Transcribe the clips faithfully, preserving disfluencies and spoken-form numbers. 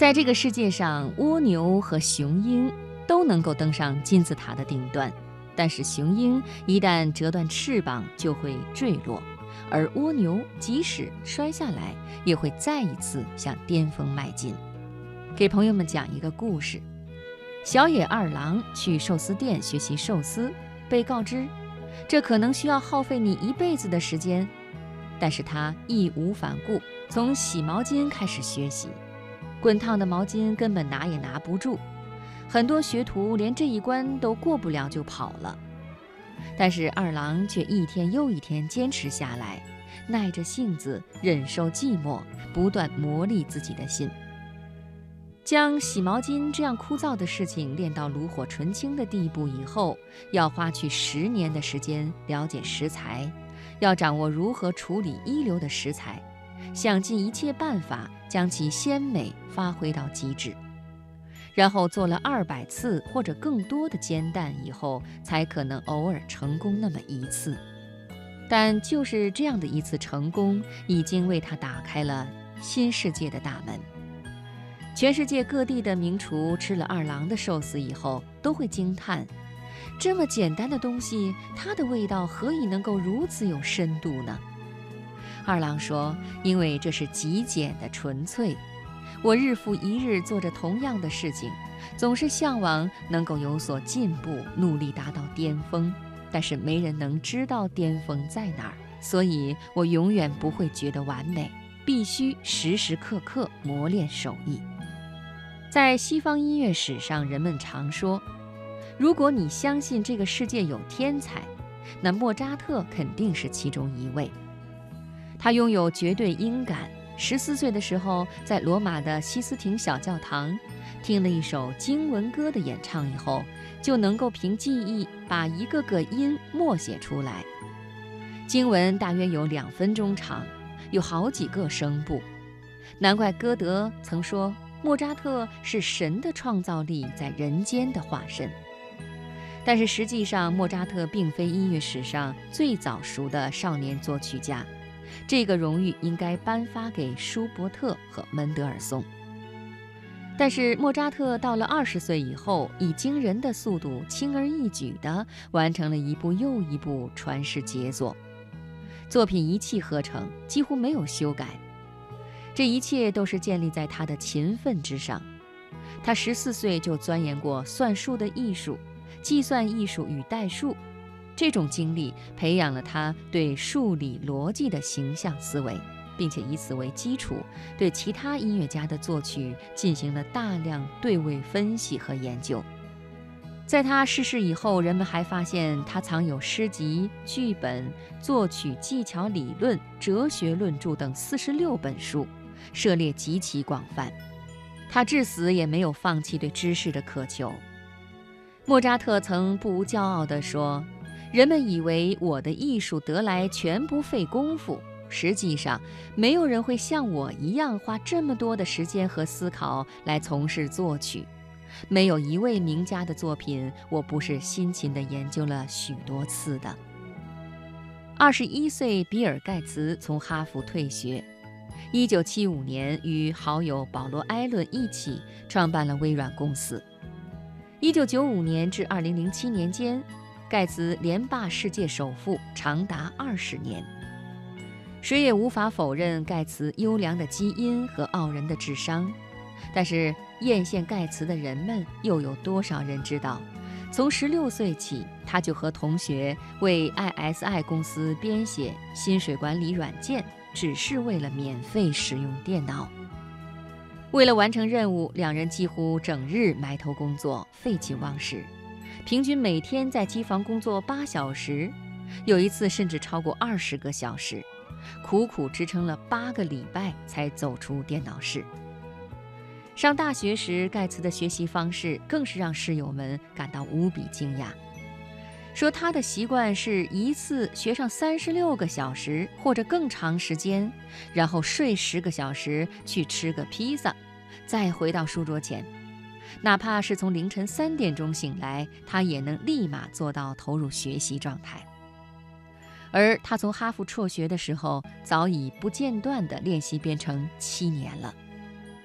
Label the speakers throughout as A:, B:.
A: 在这个世界上，蜗牛和雄鹰都能够登上金字塔的顶端，但是雄鹰一旦折断翅膀就会坠落，而蜗牛即使摔下来，也会再一次向巅峰迈进。给朋友们讲一个故事：小野二郎去寿司店学习寿司，被告知这可能需要耗费你一辈子的时间，但是他义无反顾，从洗毛巾开始学习。滚烫的毛巾根本拿也拿不住，很多学徒连这一关都过不了就跑了。但是二郎却一天又一天坚持下来，耐着性子忍受寂寞，不断磨砺自己的心。将洗毛巾这样枯燥的事情练到炉火纯青的地步以后，要花去十年的时间了解食材，要掌握如何处理一流的食材，想尽一切办法将其鲜美发挥到极致。然后做了二百次或者更多的煎蛋以后，才可能偶尔成功那么一次。但就是这样的一次成功，已经为他打开了新世界的大门。全世界各地的名厨吃了二郎的寿司以后，都会惊叹，这么简单的东西，它的味道何以能够如此有深度呢？二郎说，因为这是极简的纯粹。我日复一日做着同样的事情，总是向往能够有所进步，努力达到巅峰，但是没人能知道巅峰在哪儿，所以我永远不会觉得完美，必须时时刻刻磨练手艺。在西方音乐史上，人们常说，如果你相信这个世界有天才，那莫扎特肯定是其中一位。他拥有绝对音感，十四岁的时候，在罗马的西斯廷小教堂听了一首经文歌的演唱以后，就能够凭记忆把一个个音默写出来。经文大约有两分钟长，有好几个声部，难怪歌德曾说，莫扎特是神的创造力在人间的化身。但是实际上，莫扎特并非音乐史上最早熟的少年作曲家，这个荣誉应该颁发给舒伯特和门德尔松。但是莫扎特到了二十岁以后，以惊人的速度轻而易举地完成了一部又一部传世杰作，作品一气呵成，几乎没有修改。这一切都是建立在他的勤奋之上。他十四岁就钻研过算术的艺术、计算艺术与代数，这种经历培养了他对数理逻辑的形象思维，并且以此为基础，对其他音乐家的作曲进行了大量对位分析和研究。在他逝世以后，人们还发现他藏有诗集、剧本、作曲技巧理论、哲学论著等四十六本书，涉猎极其广泛。他至死也没有放弃对知识的渴求。莫扎特曾不无骄傲地说，人们以为我的艺术得来全不费功夫，实际上没有人会像我一样花这么多的时间和思考来从事作曲，没有一位名家的作品我不是辛勤地研究了许多次的。二十一岁，比尔·盖茨从哈佛退学，一九七五年与好友保罗·艾伦一起创办了微软公司。一九九五年至二零零七年间，盖茨连霸世界首富长达二十年。谁也无法否认盖茨优良的基因和傲人的智商，但是艳羡盖茨的人们又有多少人知道，从十六岁起，他就和同学为 I S I 公司编写薪水管理软件，只是为了免费使用电脑。为了完成任务，两人几乎整日埋头工作，废寝忘食，平均每天在机房工作八小时，有一次甚至超过二十个小时，苦苦支撑了八个礼拜才走出电脑室。上大学时，盖茨的学习方式更是让室友们感到无比惊讶，说他的习惯是一次学上三十六个小时或者更长时间，然后睡十个小时，去吃个披萨，再回到书桌前。哪怕是从凌晨三点钟醒来，他也能立马做到投入学习状态。而他从哈佛辍学的时候，早已不间断地练习编程七年了。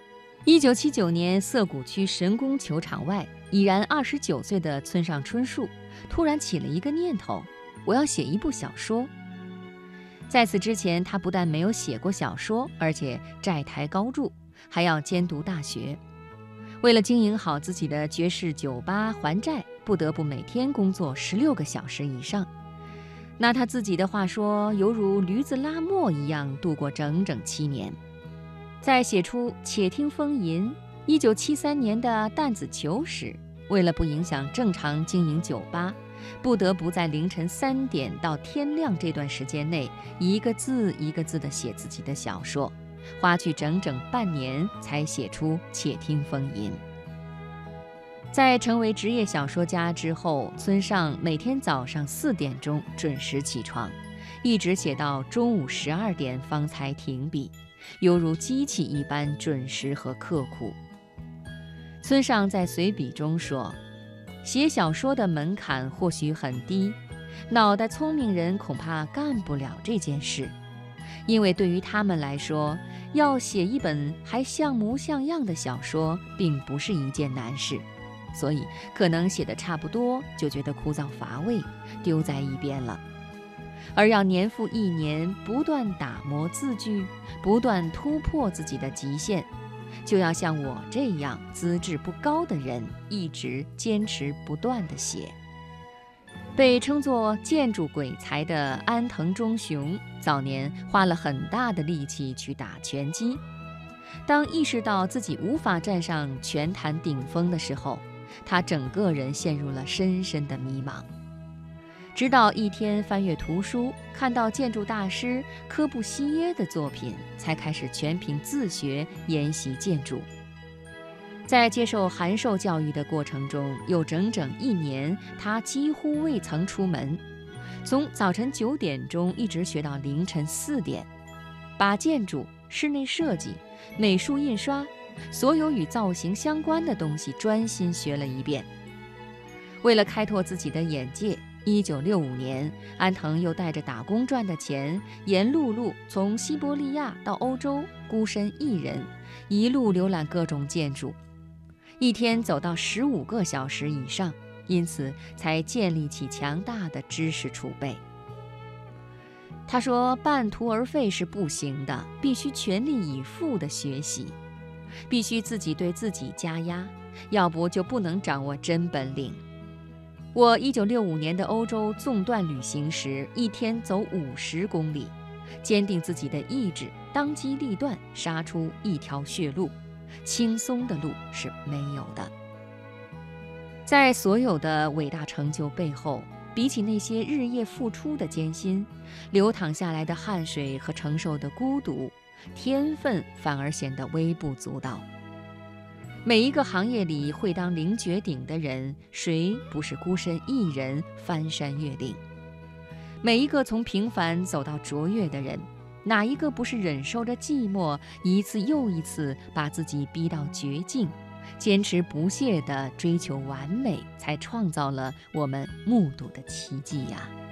A: 一九七九年，涩谷区神宫球场外，已然二十九岁的村上春树突然起了一个念头：我要写一部小说。在此之前，他不但没有写过小说，而且债台高筑，还要兼读大学。为了经营好自己的爵士酒吧还债，不得不每天工作十六个小时以上。拿他自己的话说，犹如驴子拉磨一样度过整整七年。在写出《且听风吟》一九七三年的弹子球时，为了不影响正常经营酒吧，不得不在凌晨三点到天亮这段时间内，一个字一个字地写自己的小说，花去整整半年才写出《且听风吟》。在成为职业小说家之后，村上每天早上四点钟准时起床，一直写到中午十二点方才停笔，犹如机器一般准时和刻苦。村上在随笔中说，写小说的门槛或许很低，脑袋聪明人恐怕干不了这件事，因为对于他们来说，要写一本还像模像样的小说并不是一件难事，所以可能写得差不多就觉得枯燥乏味，丢在一边了。而要年复一年不断打磨字句，不断突破自己的极限，就要像我这样资质不高的人一直坚持不断地写。被称作建筑鬼才的安藤忠雄早年花了很大的力气去打拳击，当意识到自己无法站上拳坛顶峰的时候，他整个人陷入了深深的迷茫。直到一天翻阅图书，看到建筑大师柯布西耶的作品，才开始全凭自学研习建筑。在接受函授教育的过程中，有整整一年，他几乎未曾出门，从早晨九点钟一直学到凌晨四点，把建筑、室内设计、美术印刷，所有与造型相关的东西专心学了一遍。为了开拓自己的眼界，一九六五年，安藤又带着打工赚的钱，沿陆路从西伯利亚到欧洲，孤身一人，一路浏览各种建筑，一天走到十五个小时以上，因此才建立起强大的知识储备。他说，半途而废是不行的，必须全力以赴地学习，必须自己对自己加压，要不就不能掌握真本领。我一九六五年的欧洲纵断旅行时，一天走五十公里，坚定自己的意志，当机立断，杀出一条血路，轻松的路是没有的。在所有的伟大成就背后，比起那些日夜付出的艰辛，流淌下来的汗水和承受的孤独，天分反而显得微不足道。每一个行业里会当凌绝顶的人，谁不是孤身一人翻山越岭？每一个从平凡走到卓越的人，哪一个不是忍受着寂寞，一次又一次把自己逼到绝境，坚持不懈地追求完美，才创造了我们目睹的奇迹呀！